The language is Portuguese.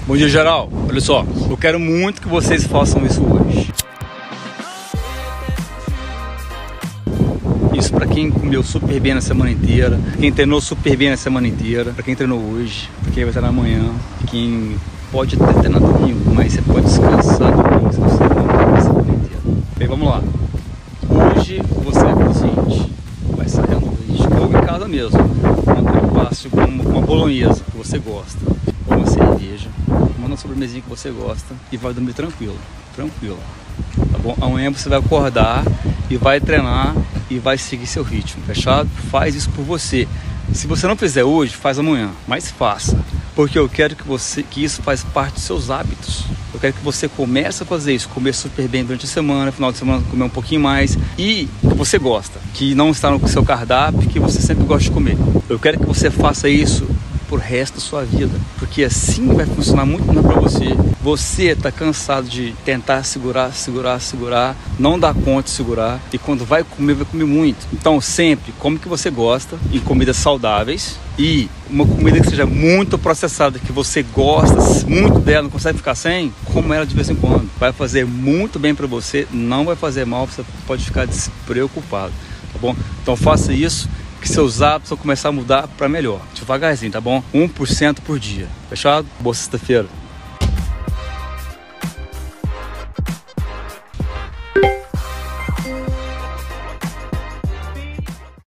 Bom dia, geral. Olha só, eu quero muito que vocês façam isso hoje. Isso para quem comeu super bem na semana inteira, quem treinou super bem na semana inteira, para quem treinou hoje, para quem vai treinar amanhã, quem pode até treinar domingo, mas você pode descansar domingo se você treinou na semana inteira. Bem, vamos lá. Hoje você vai fazer o seguinte, vai sair à noite, ou em casa mesmo, um passo com uma bolonhesa que você gosta, ou uma cerveja, uma sobremesinha que você gosta e vai dormir tranquilo, tá bom? Amanhã você vai acordar e vai treinar e vai seguir seu ritmo, fechado? Faz isso por você. Se você não fizer hoje, faz amanhã, mas faça, porque eu quero que isso faz parte dos seus hábitos. Eu quero que você comece a fazer isso, comer super bem durante a semana, final de semana comer um pouquinho mais e que você gosta, que não está no seu cardápio, que você sempre gosta de comer. Eu quero que você faça isso por resto da sua vida, porque assim vai funcionar muito melhor para você. Você está cansado de tentar segurar, não dá conta de segurar e quando vai comer muito. Então sempre come o que você gosta, em comidas saudáveis e uma comida que seja muito processada, que você gosta muito dela, não consegue ficar sem, coma ela de vez em quando. Vai fazer muito bem para você, não vai fazer mal, você pode ficar despreocupado, tá bom? Então faça isso, que seus hábitos vão começar a mudar para melhor, devagarzinho, tá bom? 1% por dia, fechado? Boa sexta-feira.